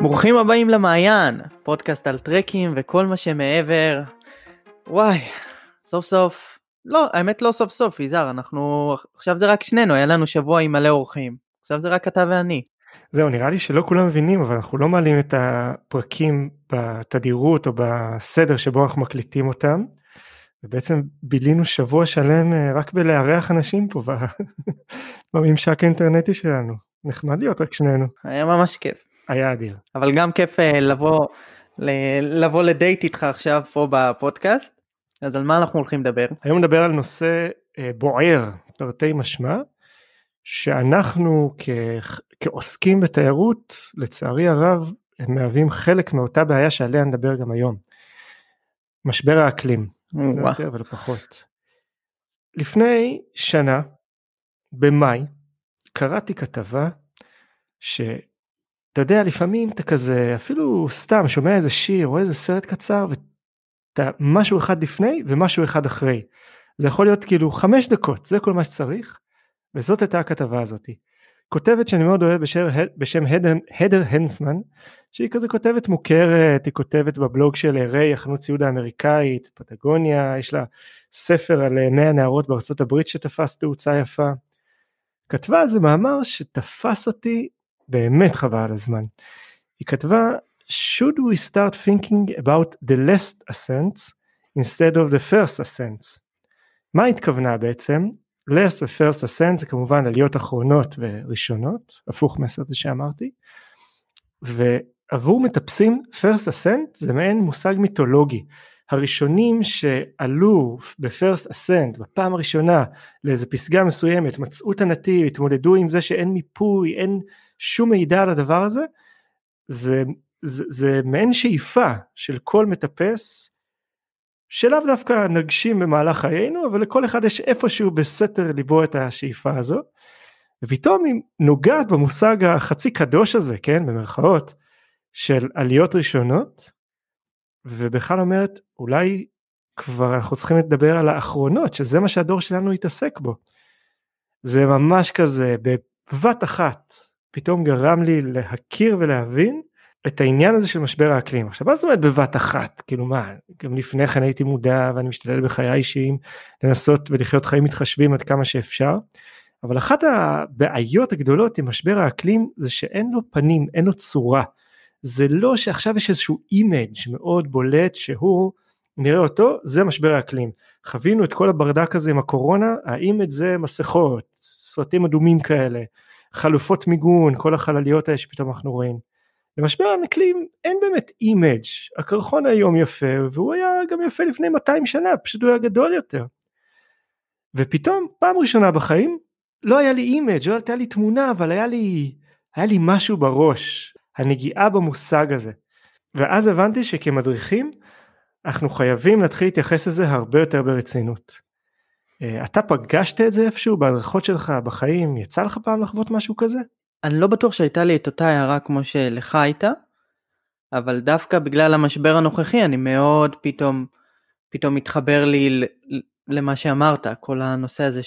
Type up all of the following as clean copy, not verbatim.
ברוכים הבאים למעיין, פודקאסט על טרקים וכל מה שמעבר. וואי, סוף סוף, לא, האמת לא סוף סוף, יזהר, עכשיו זה רק שנינו, היה לנו שבוע עם מלא אורחים, עכשיו זה רק אתה ואני. זהו, נראה לי שלא כולם מבינים, אבל אנחנו לא מעלים את הפרקים בתדירות או בסדר שבו אנחנו מקליטים אותם, ובעצם בילינו שבוע שלם רק בלארח אנשים פה בממשק האינטרנטי שלנו. נחמד להיות רק שנינו. היה ממש כיף. היה אדיר. אבל גם כיף לבוא לדייט איתך עכשיו פה בפודקאסט. אז על מה אנחנו הולכים לדבר? היום נדבר על נושא בוער, תרתי משמע, שאנחנו כעוסקים בתיירות, לצערי הרב, הם מהווים חלק מאותה בעיה שעליה נדבר גם היום. משבר האקלים. זה יותר ולא פחות. לפני שנה, במאי, קראתי כתבה שאתה יודע, לפעמים אתה כזה, אפילו סתם שומע איזה שיר או איזה סרט קצר, ואתה משהו אחד לפני ומשהו אחד אחרי. זה יכול להיות כאילו 5 דקות, זה כל מה שצריך, וזאת הייתה הכתבה הזאת. כותבת שאני מאוד אוהב בשם הדר הנסמן, שהיא כזה כותבת מוכרת, היא כותבת בבלוג של ריי, החנות ציוד האמריקאית, פטגוניה, יש לה ספר על 100 נערות בארצות הברית שתפס תאוצה יפה. כתבה איזה מאמר שתפס אותי באמת חבל על הזמן. היא כתבה, should we start thinking about the last ascents instead of the first ascents? מה התכוונה בעצם? last ו-first ascent זה כמובן עליות אחרונות וראשונות, הפוך מהסרט שאמרתי, ועבור מטפסים first ascent זה מעין מושג מיתולוגי. הראשונים שעלו ב-first ascent בפעם הראשונה לאיזו פסגה מסוימת, מצאו את הנתיב, התמודדו עם זה שאין מיפוי, אין שום מידע על הדבר הזה, זה מעין שאיפה של כל מטפס, שלאו דווקא נגשים במהלך חיינו, אבל לכל אחד יש איפשהו בסתר ליבו את השאיפה הזו, ופתאום היא נוגעת במושג החצי קדוש הזה, כן, במרכאות, של עליות ראשונות, ובכלל אומרת, אולי כבר אנחנו צריכים לדבר על האחרונות, שזה מה שהדור שלנו יתעסק בו. זה ממש כזה, בבת אחת, פתאום גרם לי להכיר ולהבין, את העניין הזה של משבר האקלים. עכשיו, מה זאת אומרת בבת אחת? כאילו מה, גם לפני כן הייתי מודע, ואני משתדל בחיי האישיים, לנסות ולחיות חיים מתחשבים עד כמה שאפשר, אבל אחת הבעיות הגדולות עם משבר האקלים, זה שאין לו פנים, אין לו צורה. זה לא שעכשיו יש איזשהו אימג' מאוד בולט, שהוא, נראה אותו, זה משבר האקלים. חווינו את כל הברדק הזה עם הקורונה, האימג' זה מסכות, סרטים אדומים כאלה, חלופות מיגון, כל החלליות האלה שפתאום אנחנו רואים. במשבר האקלים אין באמת אימג', הקרחון היום יפה, והוא היה גם יפה לפני 200 שנה, פשוט הוא היה גדול יותר. ופתאום, פעם ראשונה בחיים, לא היה לי אימג', לא הייתה לי תמונה, אבל היה לי משהו בראש, הנגיעה במושג הזה. ואז הבנתי שכמדריכים, אנחנו חייבים להתחיל להתייחס לזה הרבה יותר ברצינות. אתה פגשת את זה איפשהו בהדרכות שלך בחיים, יצא לך פעם לחוות משהו כזה? אני לא בטוח שהייתה לי את אותה הערה כמו שלך הייתה, אבל דווקא בגלל המשבר הנוכחי, אני מאוד פתאום מתחבר לי למה שאמרת, כל הנושא הזה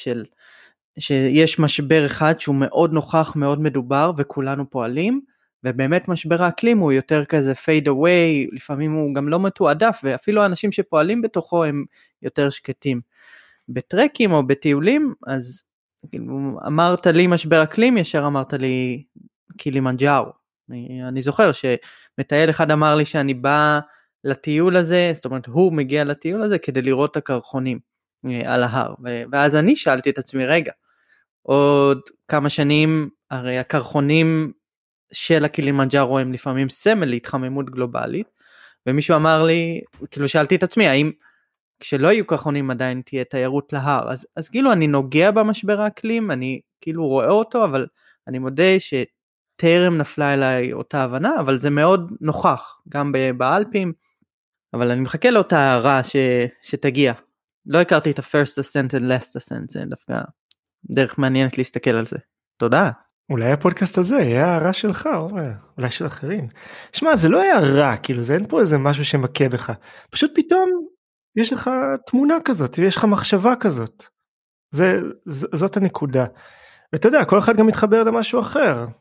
שיש משבר אחד שהוא מאוד נוכח, מאוד מדובר, וכולנו פועלים, ובאמת משבר האקלים הוא יותר כזה fade away, לפעמים הוא גם לא מתועדף, ואפילו האנשים שפועלים בתוכו הם יותר שקטים. בטרקים או בטיולים, אז אמרת לי משבר אקלים, ישר אמרת לי קילימנג'ארו. אני זוכר שמטייל אחד אמר לי שאני בא לטיול הזה, זאת אומרת הוא מגיע לטיול הזה כדי לראות את הקרחונים על ההר, ואז אני שאלתי את עצמי, רגע, עוד כמה שנים, הרי הקרחונים של הקילימנג'ארו הם לפעמים סמל להתחממות גלובלית, ומישהו אמר לי, כאילו שאלתי את עצמי, האם כשלא יהיו קרחונים עדיין תהיה תיירות להר, אז כאילו אני נוגע במשבר האקלים, אני כאילו רואה אותו, אבל אני מודה שטרם נפלה אליי אותה הבנה, אבל זה מאוד נוכח, גם באלפים, אבל אני מחכה לאותה הערה שתגיע. לא הכרתי את ה-first ascent and last ascent, זה דווקא דרך מעניינת להסתכל על זה. תודה. אולי הפודקאסט הזה היה הרע שלך, אולי של אחרים. שמע, זה לא היה רע, כאילו זה אין פה איזה משהו שמכה בך, פשוט פתאום יש לך תמונה כזאת, ויש לך מחשבה כזאת. זאת הנקודה. ואתה יודע, כל אחד גם מתחבר למשהו אחר.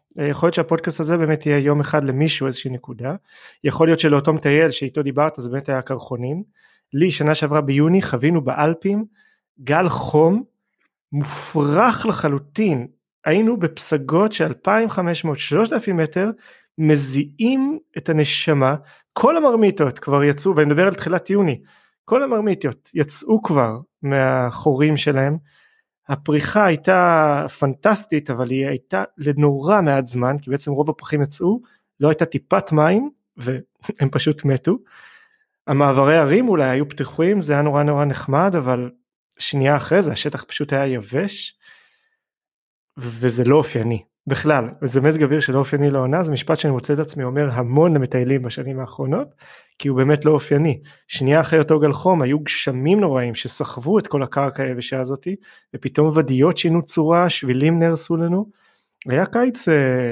יכול להיות שהפודקאסט הזה באמת יהיה יום אחד למישהו איזושהי נקודה, יכול להיות שלאותו מטייל שאיתו דיברת, זה באמת היה קרחונים, לי שנה שעברה ביוני חווינו באלפים, גל חום, מופרך לחלוטין, היינו בפסגות של 2,500-3,000 מטר, מזיעים את הנשמה, כל המרמיתות כבר יצאו, ואני מדבר על תחילת יוני, כל המרמיתות יצאו כבר מהחורים שלהם, הפריחה הייתה פנטסטית, אבל היא הייתה לנורא מעט זמן, כי בעצם רוב הפרחים יצאו, לא הייתה טיפת מים, והם פשוט מתו, המעברי הרים אולי היו פתוחים, זה היה נורא נורא נחמד, אבל שנייה אחרי זה, השטח פשוט היה יבש, וזה לא אופייני, בכלל, וזה מזג אוויר שלא אופייני לעונה, זה משפט שאני מוצא את עצמי אומר המון למטיילים בשנים האחרונות, כי הוא באמת לא אופייני, שנייה אחרי אותו גל חום, היו גשמים נוראים שסחבו את כל הקרקע היבשה הזאת, ופתאום ודיות שינו צורה, שבילים נהרסו לנו, היה קיץ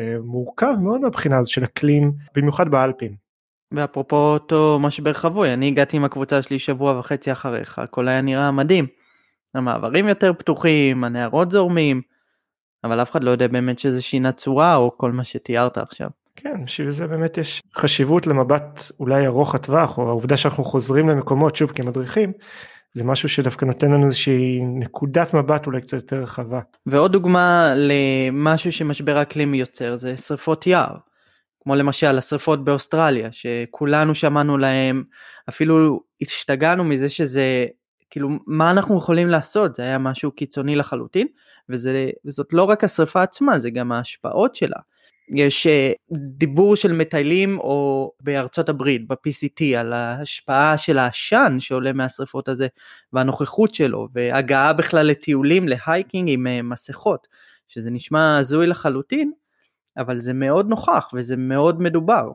מורכב מאוד מהבחינה הזו של אקלים, במיוחד באלפים. ואפרופו אותו משבר חבוי, אני הגעתי עם הקבוצה שלי שבוע וחצי אחריך, הכל היה נראה מדהים, המעברים יותר פתוחים, הנהרות זורמים, אבל אף אחד לא יודע באמת שזה שינה צורה או כל מה שתיארת עכשיו. כן, בשביל זה באמת יש חשיבות למבט אולי ארוך הטווח, או העובדה שאנחנו חוזרים למקומות שוב כמדריכים, זה משהו שדווקא נותן לנו איזושהי נקודת מבט אולי קצת יותר רחבה. ועוד דוגמה למשהו שמשבר האקלים יוצר זה שריפות יער, כמו למשל השריפות באוסטרליה, שכולנו שמענו להם, אפילו השתגענו מזה שזה, כאילו מה אנחנו יכולים לעשות, זה היה משהו קיצוני לחלוטין, וזאת לא רק השריפה עצמה, זה גם ההשפעות שלה. יש דיבור של מטיילים או בארצות הברית, ב-PCT, על ההשפעה של העשן שעולה מהשריפות הזה, והנוכחות שלו, והגעה בכלל לטיולים, להייקינג עם מסכות, שזה נשמע הזוי לחלוטין, אבל זה מאוד נוכח וזה מאוד מדובר.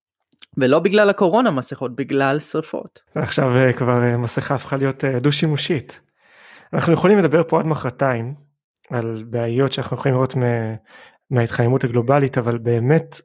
ולא בגלל הקורונה מסכות, בגלל שריפות. עכשיו כבר מסכה הפכה להיות דו-שימושית. אנחנו יכולים לדבר פה עד מחרתיים, על בעיות שאנחנו יכולים לראות מההתחממות הגלובלית, אבל באמת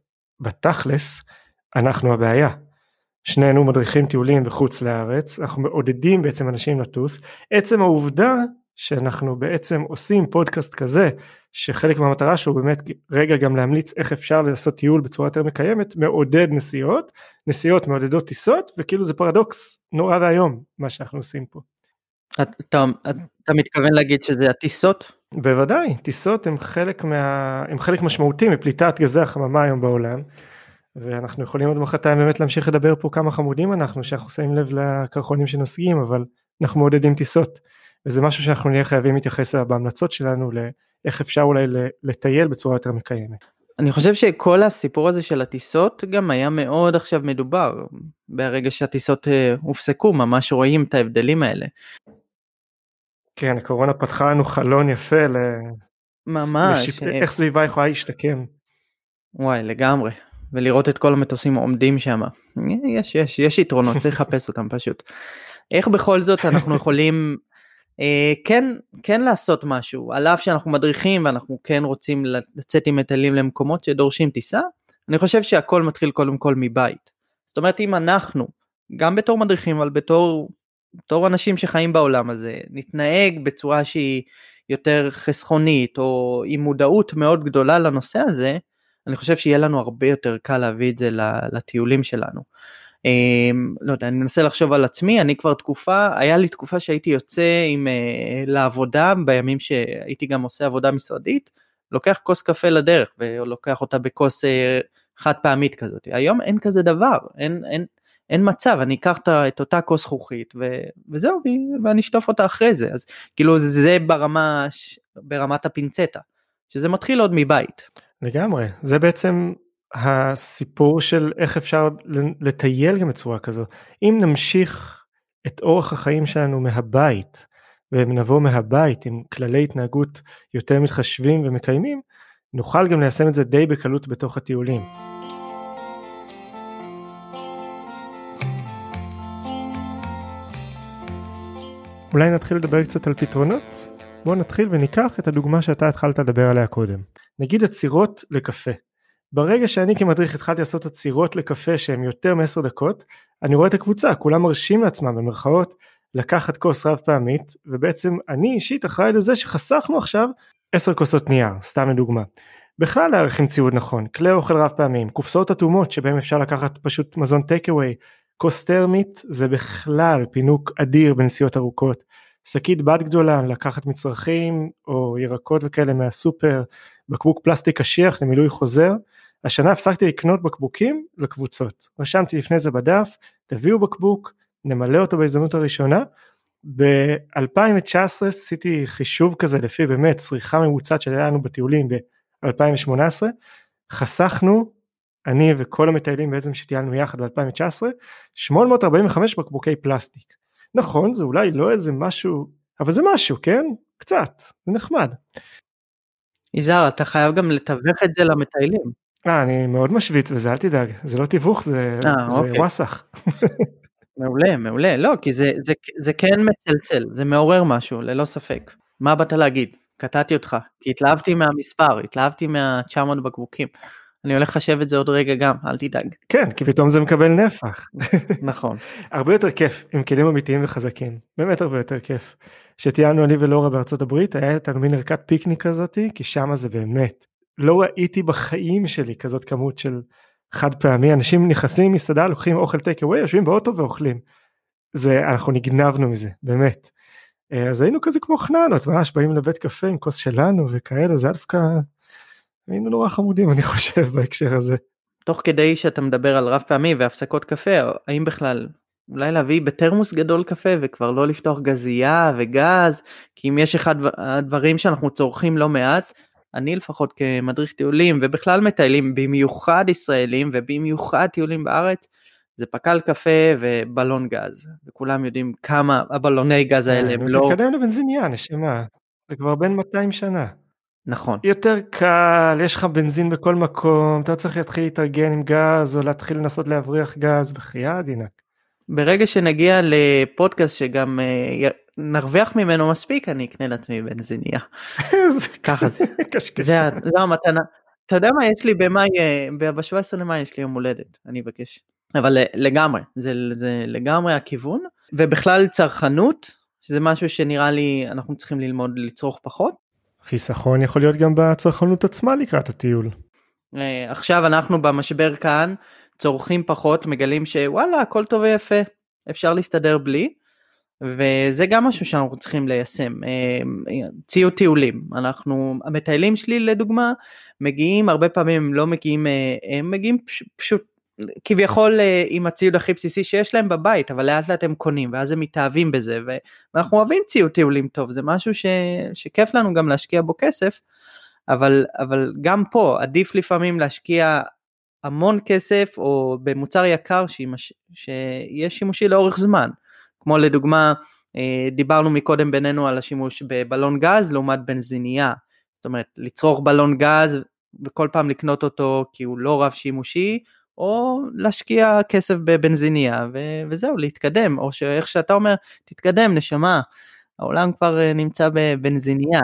בתכלס אנחנו הבעיה. שנינו מדריכים טיולים בחוץ לארץ, אנחנו מעודדים בעצם אנשים לטוס, עצם העובדה שאנחנו בעצם עושים פודקאסט כזה, שחלק מהמטרה שלו באמת רגע גם להמליץ איך אפשר לעשות טיול בצורה יותר מקיימת, מעודד נסיעות, נסיעות מעודדות טיסות, וכאילו זה פרדוקס נורא והיום מה שאנחנו עושים פה. אתה מתכוון להגיד שזה הטיסות? בוודאי, טיסות הם חלק משמעותי מפליטת גזי החממה היום בעולם, ואנחנו יכולים עוד מחרתיים באמת להמשיך לדבר פה כמה חמודים אנחנו, שאנחנו שמים לב לקרחונים שנוסעים, אבל אנחנו מעודדים טיסות, וזה משהו שאנחנו נהיה חייבים להתייחס אליו בהמלצות שלנו, לאיך אפשר אולי לטייל בצורה יותר מקיימת. אני חושב שכל הסיפור הזה של הטיסות גם היה מאוד עכשיו מדובר, ברגע שהטיסות הופסקו, ממש רואים את ההבדלים האלה. כן, הקורונה פתחה לנו חלון יפה, ממש. איך סביבה יכולה להשתקם. וואי, לגמרי. ולראות את כל המטוסים עומדים שם. יש יתרונות, צריך לחפש אותם פשוט. איך בכל זאת אנחנו יכולים כן לעשות משהו, על אף שאנחנו מדריכים ואנחנו כן רוצים לצאת עם מטיילים למקומות שדורשים טיסה, אני חושב שהכל מתחיל קודם כל מבית. זאת אומרת, אם אנחנו, גם בתור מדריכים, אבל בתור אנשים שחיים בעולם הזה, נתנהג בצורה שהיא יותר חסכונית, או עם מודעות מאוד גדולה לנושא הזה, אני חושב שיהיה לנו הרבה יותר קל להביא את זה לטיולים שלנו. לא יודע, אני מנסה לחשוב על עצמי, אני כבר היה לי תקופה שהייתי יוצא לעבודה, בימים שהייתי גם עושה עבודה משרדית, לוקח כוס קפה לדרך, ולוקח אותה בכוס חד פעמית כזאת. היום אין כזה דבר, אין מצב, אני אקח את אותה כוס זכוכית, וזהו, ואני אשטוף אותה אחרי זה, אז כאילו זה ברמת הפינצטה, שזה מתחיל עוד מבית. לגמרי, זה בעצם הסיפור של איך אפשר לטייל גם בצורה כזו. אם נמשיך את אורח החיים שלנו מהבית, ונבוא מהבית עם כללי התנהגות יותר מתחשבים ומקיימים, נוכל גם ליישם את זה די בקלות בתוך הטיולים. אולי נתחיל לדבר קצת על פתרונות? בואו נתחיל וניקח את הדוגמה שאתה התחלת לדבר עליה קודם. נגיד עצירות לקפה. ברגע שאני כמדריך התחלתי לעשות עצירות לקפה שהן יותר מ10 דקות, אני רואה את הקבוצה, כולם מרשים לעצמם במרכאות, לקחת כוס רב פעמית, ובעצם אני אישית אחראי לזה שחסכנו עכשיו 10 כוסות נייר, סתם לדוגמה. בכלל להערכים ציוד נכון, כלי אוכל רב פעמים, קופסאות אטומות שבהם אפשר לקחת פשוט מזון טייק-אווי, כוס טרמית זה בכלל פינוק אדיר בנסיעות ארוכות, שקית בד גדולה, לקחת מצרכים או ירקות וכאלה מהסופר, בקבוק פלסטיק קשיח למילוי חוזר, השנה הפסקתי לקנות בקבוקים לקבוצות, רשמתי לפני זה בדף, תביאו בקבוק, נמלא אותו בהזדמנות הראשונה, ב-2019 עשיתי חישוב כזה לפי באמת צריכה ממוצעת שהיה לנו בטיולים ב-2018, חסכנו, אני וכל המטיילים בעצם שטיילנו יחד ב-2019, 845 בקבוקי פלסטיק. נכון, זה אולי לא איזה משהו, אבל זה משהו, כן? קצת, זה נחמד. יזהר, אתה חייב גם לתווך את זה למטיילים. אני מאוד משוויץ וזה, אל תדאג, זה לא תיווך, זה אוקיי. ווסח. מעולה, מעולה, לא, כי זה כן מצלצל, זה מעורר משהו, ללא ספק. מה באת להגיד? קטעתי אותך, כי התלהבתי מהמספר, התלהבתי מה-900 בקבוקים. אני הולך לחשב את זה עוד רגע גם, אל תדאג. כן, כי פתאום זה מקבל נפח. נכון. הרבה יותר כיף, עם כלים אמיתיים וחזקים, באמת הרבה יותר כיף. שטיילנו אני ולאורה בארצות הברית, היה איתנו מין ערכת פיקניק כזאת, כי שם זה באמת, לא ראיתי בחיים שלי כזאת כמות של חד פעמי, אנשים נכנסים מסעדה, לוקחים אוכל טייק אווי, יושבים באוטו ואוכלים. אנחנו נגנבנו מזה, באמת. אז היינו כזה כמו חננות, ממש באים לבית קפה עם כוס שלנו וכאלה, זה דווקא, היינו נורא חמודים אני חושב בהקשר הזה. תוך כדי שאתה מדבר על רב פעמי והפסקות קפה, האם בכלל, אולי להביא בתרמוס גדול קפה וכבר לא לפתוח גזייה וגז, כי אם יש אחד הדברים שאנחנו צורכים לא מעט, אני לפחות כמדריך טיולים ובכלל מטיילים, במיוחד ישראלים ובמיוחד טיולים בארץ, זה פקל קפה ובלון גז, וכולם יודעים כמה הבלוני גז האלה הם לא... תתקדם לבנזיניה, נשמה, זה כבר בין 200 שנה. נכון. יותר קל, יש לך בנזין בכל מקום, אתה צריך להתחיל להתארגן עם גז, או להתחיל לנסות להבריח גז, בחייה דינק. ברגע שנגיע לפודקאסט שגם נרוויח ממנו מספיק, אני אקנה לעצמי בנזיניה. ככה זה. זה המתנה. אתה יודע מה יש לי במאי, ב-17 למאי יש לי יום הולדת, אני אבקש. אבל לגמרי, זה לגמרי הכיוון, ובכלל צרכנות, שזה משהו שנראה לי אנחנו צריכים ללמוד לצרוך פחות. חיסכון יכול להיות גם בצרכנות עצמה לקראת הטיול. עכשיו אנחנו במשבר כאן, צורכים פחות, מגלים שוואלה, הכל טוב ויפה, אפשר להסתדר בלי, וזה גם משהו שאנחנו צריכים ליישם. ציוד טיולים, המטיילים שלי לדוגמה, מגיעים, הרבה פעמים הם לא מגיעים, הם מגיעים פשוט, כביכול עם הציוד הכי בסיסי שיש להם בבית, אבל לאט לאט הם קונים, ואז הם מתאהבים בזה, ואנחנו אוהבים ציוד טיולים טוב, זה משהו שכיף לנו גם להשקיע בו כסף, אבל גם פה, עדיף לפעמים להשקיע המון כסף, או במוצר יקר שיש שימושי לאורך זמן, כמו לדוגמה, דיברנו מקודם בינינו על השימוש בבלון גז, לעומת בנזינייה, זאת אומרת, לצרוך בלון גז, וכל פעם לקנות אותו כי הוא לא רב שימושי, או להשקיע כסף בבנזיניה, וזהו, להתקדם, או שאיך שאתה אומר, תתקדם, נשמה, העולם כבר נמצא בבנזיניה,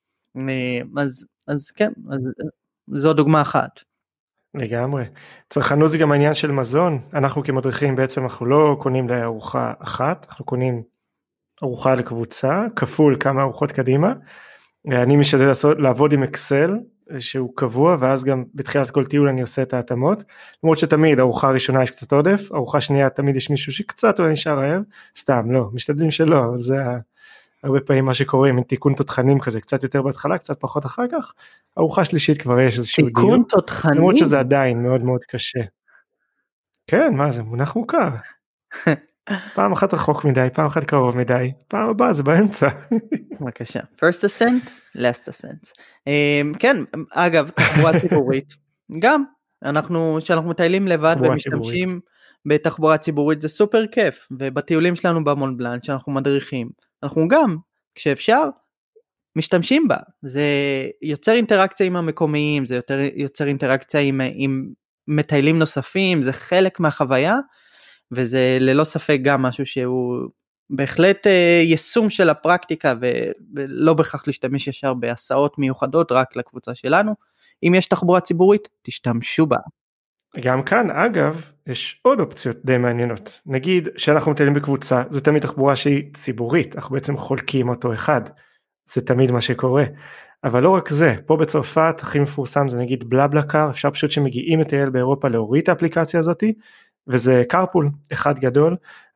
אז כן, זו דוגמה אחת. לגמרי. צרכנות זה גם העניין של מזון, אנחנו כמדריכים בעצם אנחנו לא קונים לארוחה אחת, אנחנו קונים ארוחה לקבוצה, כפול כמה ארוחות קדימה, אני משתדל לעבוד עם אקסל, שהוא קבוע, ואז גם בתחילת כל טיול אני עושה את ההתאמות, למרות שתמיד ארוחה ראשונה יש קצת עודף, ארוחה שנייה תמיד יש מישהו שקצת אולי נשאר רעב, סתם לא, משתדלים שלא, אבל זה הרבה פעמים מה שקורה, עם תיקון תותחנים כזה, קצת יותר בהתחלה, קצת פחות אחר כך, ארוחה שלישית כבר יש איזשהו דיוק, תיקון תותחנים? למרות שזה עדיין מאוד מאוד קשה. כן, מה זה מונח מוכר. פעם אחת רחוק מדי, פעם אחת קרוב מדי, פעם הבאה זה באמצע. בבקשה, first ascent, last ascent. כן, אגב, תחבורה ציבורית, גם, כשאנחנו מטיילים לבד ומשתמשים בתחבורה ציבורית, זה סופר כיף, ובטיולים שלנו במון בלאן, שאנחנו מדריכים, אנחנו גם, כשאפשר, משתמשים בה, זה יוצר אינטראקציה עם המקומיים, זה יוצר אינטראקציה עם מטיילים נוספים, זה חלק מהחוויה, וזה ללא ספק גם משהו שהוא בהחלט יישום של הפרקטיקה, ולא בכך להשתמש ישר בהסעות מיוחדות רק לקבוצה שלנו, אם יש תחבורה ציבורית, תשתמשו בה. גם כאן אגב, יש עוד אופציות די מעניינות, נגיד שאנחנו מטיילים בקבוצה, זה תמיד תחבורה שהיא ציבורית, אנחנו בעצם חולקים אותו אחד, זה תמיד מה שקורה, אבל לא רק זה, פה בצרפת הכי מפורסם זה נגיד בלבלקר, אפשר פשוט שמגיעים לטייל באירופה להוריד את האפליקציה הזאת, וזה קארפול אחד גדול.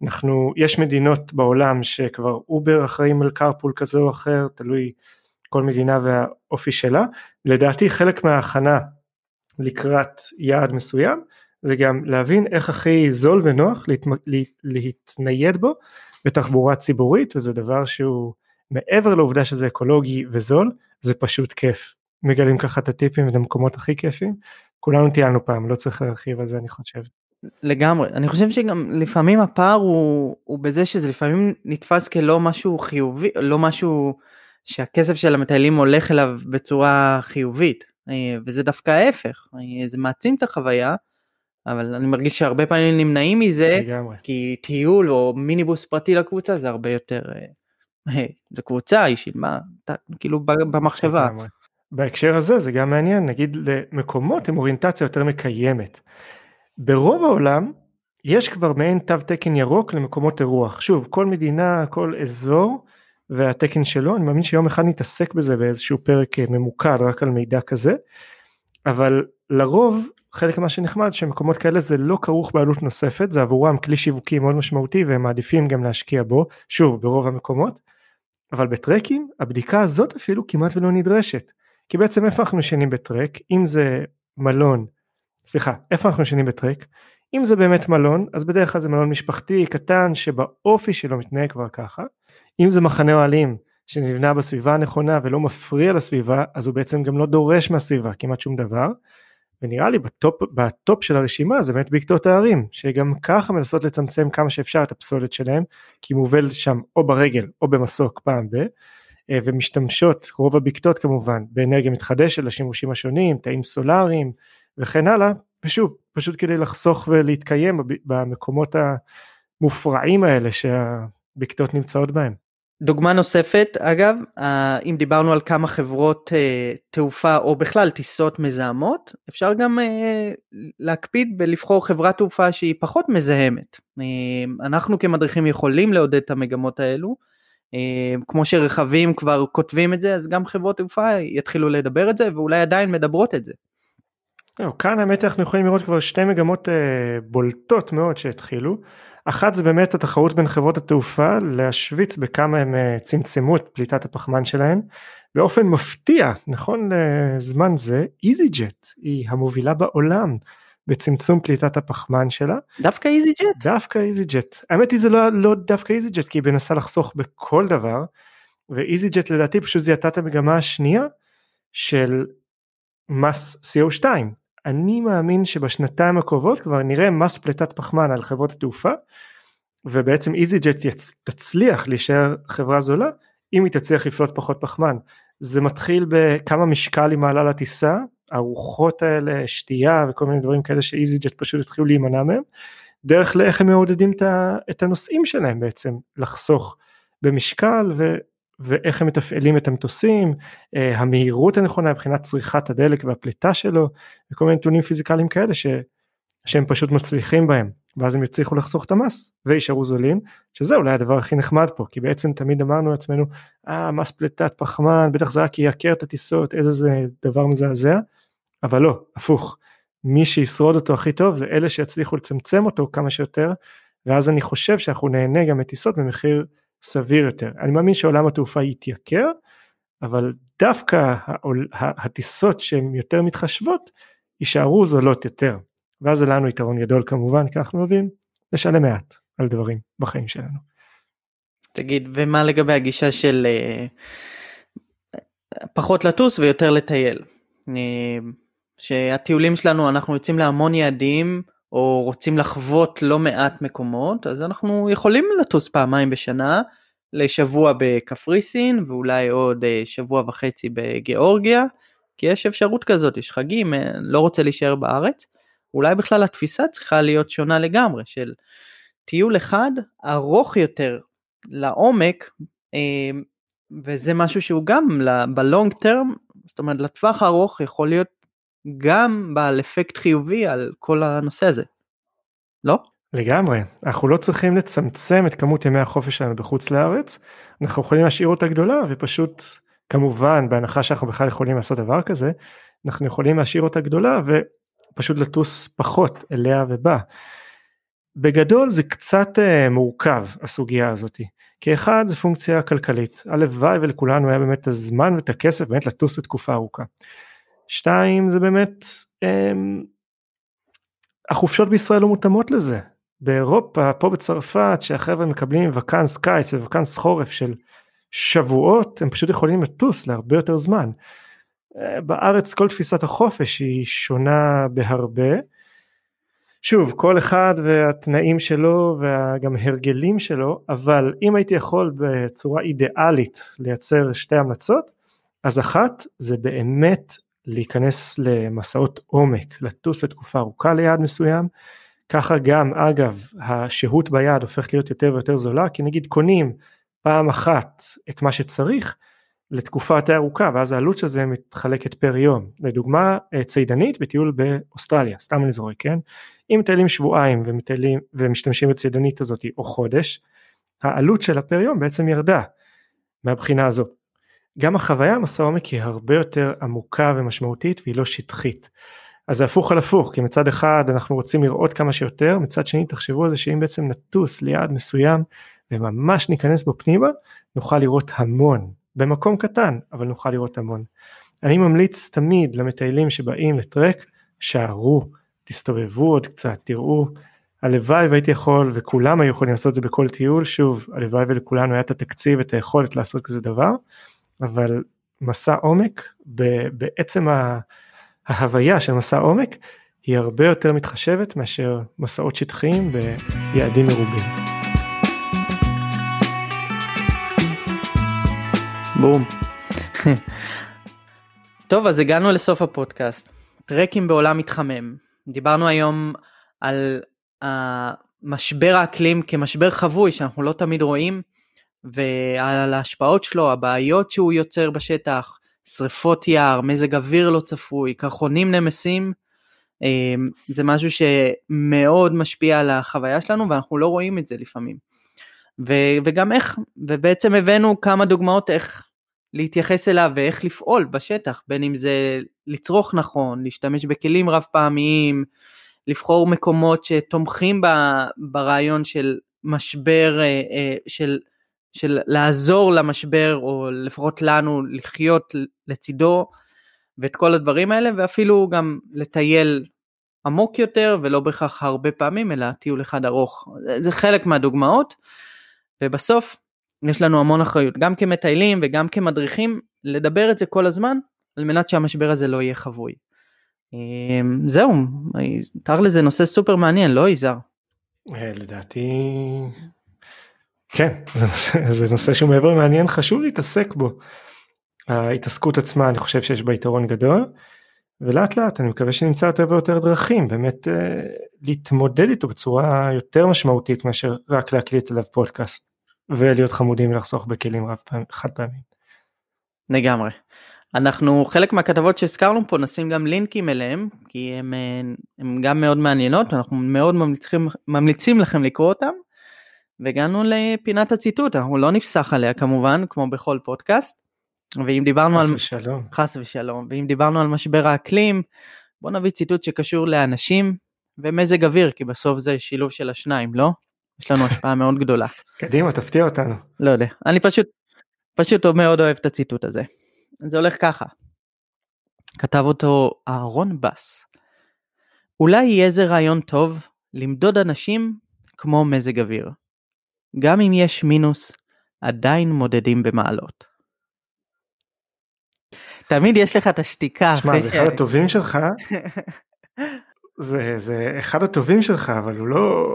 יש מדינות בעולם שכבר אובר אחראים על קארפול כזה או אחר, תלוי כל מדינה והאופי שלה. לדעתי חלק מההכנה לקראת יעד מסוים, זה גם להבין איך הכי זול ונוח להתנייד בו בתחבורה ציבורית, וזה דבר שהוא מעבר לעובדה שזה אקולוגי וזול, זה פשוט כיף. מגלים ככה את הטיפים ואת המקומות הכי כיפים, כולנו טיילנו פעם, לא צריך להרחיב על זה אני חושב. לגמרי, אני חושב שגם לפעמים הפער הוא בזה שזה לפעמים נתפס כלא משהו חיובי, לא משהו שהכסף של המטיילים הולך אליו בצורה חיובית, וזה דווקא ההפך, זה מעצים את החוויה, אבל אני מרגיש שהרבה פעמים נמנעים מזה, לגמרי. כי טיול או מיניבוס פרטי לקבוצה זה הרבה יותר, זה קבוצה, היא שילמה, כאילו במחשבה. לגמרי. בהקשר הזה זה גם מעניין, נגיד למקומות עם אוריינטציה יותר מקיימת. ברוב העולם יש כבר מעין תו תקן ירוק למקומות אירוח. שוב, כל מדינה, כל אזור והתקן שלו, אני מאמין שיום אחד נתעסק בזה באיזשהו פרק ממוקד רק על מידע כזה, אבל לרוב חלק מה שנחמד שמקומות כאלה זה לא כרוך בעלות נוספת, זה עבורם כלי שיווקי מאוד משמעותי והם מעדיפים גם להשקיע בו, שוב ברוב המקומות, אבל בטרקים הבדיקה הזאת אפילו כמעט ולא נדרשת, כי בעצם איפה אנחנו ישנים בטרק, אם זה מלון, איפה אנחנו ישנים בטרק, אם זה באמת מלון, אז בדרך כלל זה מלון משפחתי קטן שבאופי שלו מתנהג כבר ככה, אם זה מחנה אוהלים שנבנה בסביבה הנכונה ולא מפריע לסביבה, אז הוא בעצם גם לא דורש מהסביבה כמעט שום דבר, ונראה לי בטופ של הרשימה זה באמת בקתות הערים, שגם ככה מנסות לצמצם כמה שאפשר את הפסולת שלהם, כי מובל שם או ברגל או במסוק פעם ומשתמשות רוב הבקתות כמובן באנרגיה מתחדשת לשימושים השונים, תאים סולאריים וכן הלאה, ושוב פשוט כדי לחסוך ולהתקיים במקומות המופרעים האלה שהבקתות נמצאות בהם. דוגמה נוספת, אגב, אם דיברנו על כמה חברות תעופה או בכלל טיסות מזהמות, אפשר גם להקפיד בלבחור חברת תעופה שהיא פחות מזהמת. אנחנו כמדריכים יכולים לעודד את המגמות האלו, כמו שרכבים כבר כותבים את זה, אז גם חברות תעופה יתחילו לדבר את זה, ואולי עדיין מדברות את זה. כאן האמת אנחנו יכולים לראות כבר שתי מגמות בולטות מאוד שהתחילו, אחת זה באמת התחרות בין חברות התעופה להשוויץ בכמה הם צמצמו את פליטת הפחמן שלהן, באופן מפתיע, נכון לזמן זה, EasyJet היא המובילה בעולם בצמצום פליטת הפחמן שלה. דווקא EasyJet? דווקא EasyJet, האמת היא זה לא דווקא EasyJet, כי היא מנסה לחסוך בכל דבר, ו-EasyJet לדעתי פשוט זיהתה את המגמה השנייה של מס CO2, אני מאמין שבשנתיים הקרובות כבר נראה מס פליטת פחמן על חברות התעופה, ובעצם EasyJet תצליח להישאר חברה זולה, אם היא תצליח לפלוט פחות פחמן. זה מתחיל בכמה משקל היא מעלה לטיסה, ארוחות האלה, שתייה וכל מיני דברים כאלה ש-EasyJet פשוט התחילו להימנע מהם, דרך לאיך הם מעודדים את הנוסעים שלהם בעצם, לחסוך במשקל ואיך הם מתפעלים את המטוסים, המהירות הנכונה מבחינת צריכת הדלק והפליטה שלו, וכל מיני נתונים פיזיקליים כאלה שהם פשוט מצליחים בהם, ואז הם יצליחו לחסוך את המס, וישארו זולים, שזה אולי הדבר הכי נחמד פה, כי בעצם תמיד אמרנו לעצמנו, מס פליטת פחמן, בטח זה רק יקר את הטיסות, איזה זה דבר מזעזע, אבל לא, הפוך, מי שישרוד אותו הכי טוב, זה אלה שיצליחו לצמצם אותו כמה שיותר, ואז אני חושב שאנחנו נהנה גם מטיסות במחיר סביר יותר. אני מאמין שעולם התעופה יתייקר, אבל דווקא הטיסות שהן יותר מתחשבות, יישארו זולות יותר. ואז זה לנו יתרון גדול כמובן, כי אנחנו אוהבים לשלם מעט על דברים בחיים שלנו. תגיד, ומה לגבי הגישה של פחות לטוס ויותר לטייל? שהטיולים שלנו, אנחנו יוצאים להמון יעדים, או רוצים לחוות לא מעט מקומות, אז אנחנו יכולים לטוס פעמיים בשנה, לשבוע בקפריסין, ואולי עוד שבוע וחצי בגיאורגיה, כי יש אפשרות כזאת, יש חגים, לא רוצה להישאר בארץ, אולי בכלל התפיסה צריכה להיות שונה לגמרי, של טיול אחד ארוך יותר לעומק, וזה משהו שהוא גם בלונג טרם, זאת אומרת לטווח הארוך יכול להיות גם בעל אפקט חיובי על כל הנושא הזה, לא? לגמרי, אנחנו לא צריכים לצמצם את כמות ימי החופש שלנו בחוץ לארץ, אנחנו יכולים להשאיר אותה גדולה ופשוט כמובן, בהנחה שאנחנו בכלל יכולים לעשות דבר כזה, אנחנו יכולים להשאיר אותה גדולה ופשוט לטוס פחות אליה ובה. בגדול זה קצת מורכב הסוגיה הזאת, כי אחד זה פונקציה כלכלית, הלוואי ולכולנו היה באמת הזמן ואת הכסף באמת לטוס לתקופה ארוכה. 2 זה באמת, החופשות בישראל לא מותאמות לזה, באירופה, פה בצרפת, שהחבר'ה מקבלים וקנס קיץ ווקנס חורף של שבועות, הם פשוט יכולים לטוס להרבה יותר זמן. בארץ כל תפיסת החופש היא שונה בהרבה, שוב, כל אחד והתנאים שלו וגם הרגלים שלו, אבל אם הייתי יכול בצורה אידיאלית לייצר 2 המלצות, אז אחת זה באמת להיכנס למסעות עומק, לטוס לתקופה ארוכה ליעד מסוים, ככה גם אגב השהות ביעד הופכת להיות יותר ויותר זולה, כי נגיד קונים פעם אחת את מה שצריך לתקופה יותר ארוכה, ואז העלות של זה מתחלקת פר יום, לדוגמה ציידנית בטיול באוסטרליה, סתם אני זורק, כן? אם מטיילים שבועיים ומשתמשים בציידנית הזאת או חודש, העלות של הפר יום בעצם ירדה מהבחינה הזו. גם החוויה מסע עומק היא הרבה יותר עמוקה ומשמעותית והיא לא שטחית. אז זה הפוך על הפוך, כי מצד אחד אנחנו רוצים לראות כמה שיותר, מצד שני תחשבו על זה שאם בעצם נטוס ליעד מסוים וממש ניכנס בו פנימה, נוכל לראות המון, במקום קטן, אבל נוכל לראות המון. אני ממליץ תמיד למטיילים שבאים לטרק, שערו, תסתובבו עוד קצת, תראו, הלוואי והייתי יכול, וכולם היו יכולים לעשות את זה בכל טיול, שוב, הלוואי ולכולנו היה את התקציב, את היכולת לעשות כזה דבר, אבל מסע עומק, בעצם ההוויה של מסע עומק, היא הרבה יותר מתחשבת, מאשר מסעות שטחיים ביעדים מרובים. בום. טוב, אז הגענו לסוף הפודקאסט. טרקים בעולם מתחמם. דיברנו היום על משבר האקלים כמשבר חבוי שאנחנו לא תמיד רואים, ועל ההשפעות שלו, הבעיות שהוא יוצר בשטח, שריפות יער, מזג אוויר לא צפוי, קרחונים נמסים, זה משהו שמאוד משפיע על החוויה שלנו, ואנחנו לא רואים את זה לפעמים. וגם איך, ובעצם הבאנו כמה דוגמאות איך להתייחס אליו ואיך לפעול בשטח, בין אם זה לצרוך נכון, להשתמש בכלים רב פעמיים, לבחור מקומות שתומכים ברעיון של משבר, של לעזור למשבר, או לפחות לנו לחיות לצידו, ואת כל הדברים האלה, ואפילו גם לטייל עמוק יותר, ולא בכך הרבה פעמים, אלא טיול אחד ארוך. זה חלק מהדוגמאות, ובסוף יש לנו המון אחריות, גם כמטיילים וגם כמדריכים, לדבר את זה כל הזמן, על מנת שהמשבר הזה לא יהיה חבוי. זהו, תאר לזה נושא סופר מעניין, לא יזהר? לדעתי, כן, זה נושא שהוא מעבר מעניין, חשוב להתעסק בו. ההתעסקות עצמה, אני חושב שיש בה יתרון גדול, ולאט לאט אני מקווה שנמצא יותר ויותר דרכים, באמת להתמודד איתו בצורה יותר משמעותית, מאשר רק להקליט עליו פודקאסט, ולהיות חמודים ולחסוך בכלים חד פעמים. לגמרי. אנחנו, חלק מהכתבות שהזכרנו פה, נשים גם לינקים אליהם, כי הם גם מאוד מעניינות, אנחנו מאוד ממליצים לכם לקרוא אותם, והגענו לפינת הציטוט, אנחנו לא נפסח עליה כמובן, כמו בכל פודקאסט, ואם דיברנו על... חס ושלום. ואם דיברנו על משבר האקלים, בוא נביא ציטוט שקשור לאנשים ומזג אוויר, כי בסוף זה שילוב של השניים, לא? יש לנו השפעה מאוד גדולה. קדימה, תפתיע אותנו. לא יודע, אני פשוט מאוד אוהב את הציטוט הזה. זה הולך ככה. כתב אותו אהרון בס. אולי יהיה זה רעיון טוב למדוד אנשים כמו מזג אוויר. גם אם יש מינוס, עדיין מודדים במעלות. תמיד יש לך את השתיקה. שמע, זה אחד הטובים שלך. זה אחד הטובים שלך, אבל הוא לא...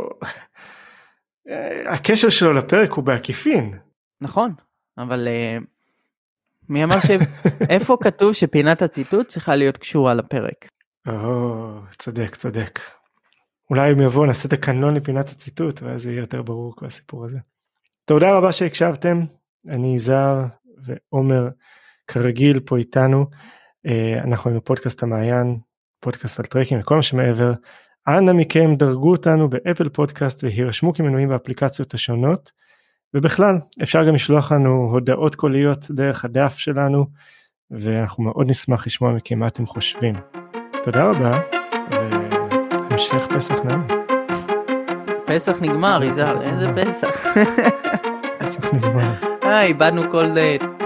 הקשר שלו לפרק הוא בעקיפין. נכון, אבל מי אמר איפה כתוב שפינת הציטוט צריכה להיות קשורה לפרק? צודק. אולי אם יבוא נעשה את הקנון לפינת הציטוט, ואז יהיה יותר ברור כל הסיפור הזה. תודה רבה שהקשבתם, אני יזהר ועומר כרגיל פה איתנו, אנחנו היינו פודקאסט המעיין, פודקאסט על טרקים וכל מה שמעבר, אנא מכם דרגו אותנו באפל פודקאסט והירשמו כמנויים באפליקציות השונות, ובכלל אפשר גם לשלוח לנו הודעות קוליות דרך הדף שלנו, ואנחנו מאוד נשמח לשמוע מכם מה אתם חושבים. תודה רבה, והמשך פסח נעים. פסח נגמר, יזהר, איזה פסח. פסח נגמר. איבדנו כל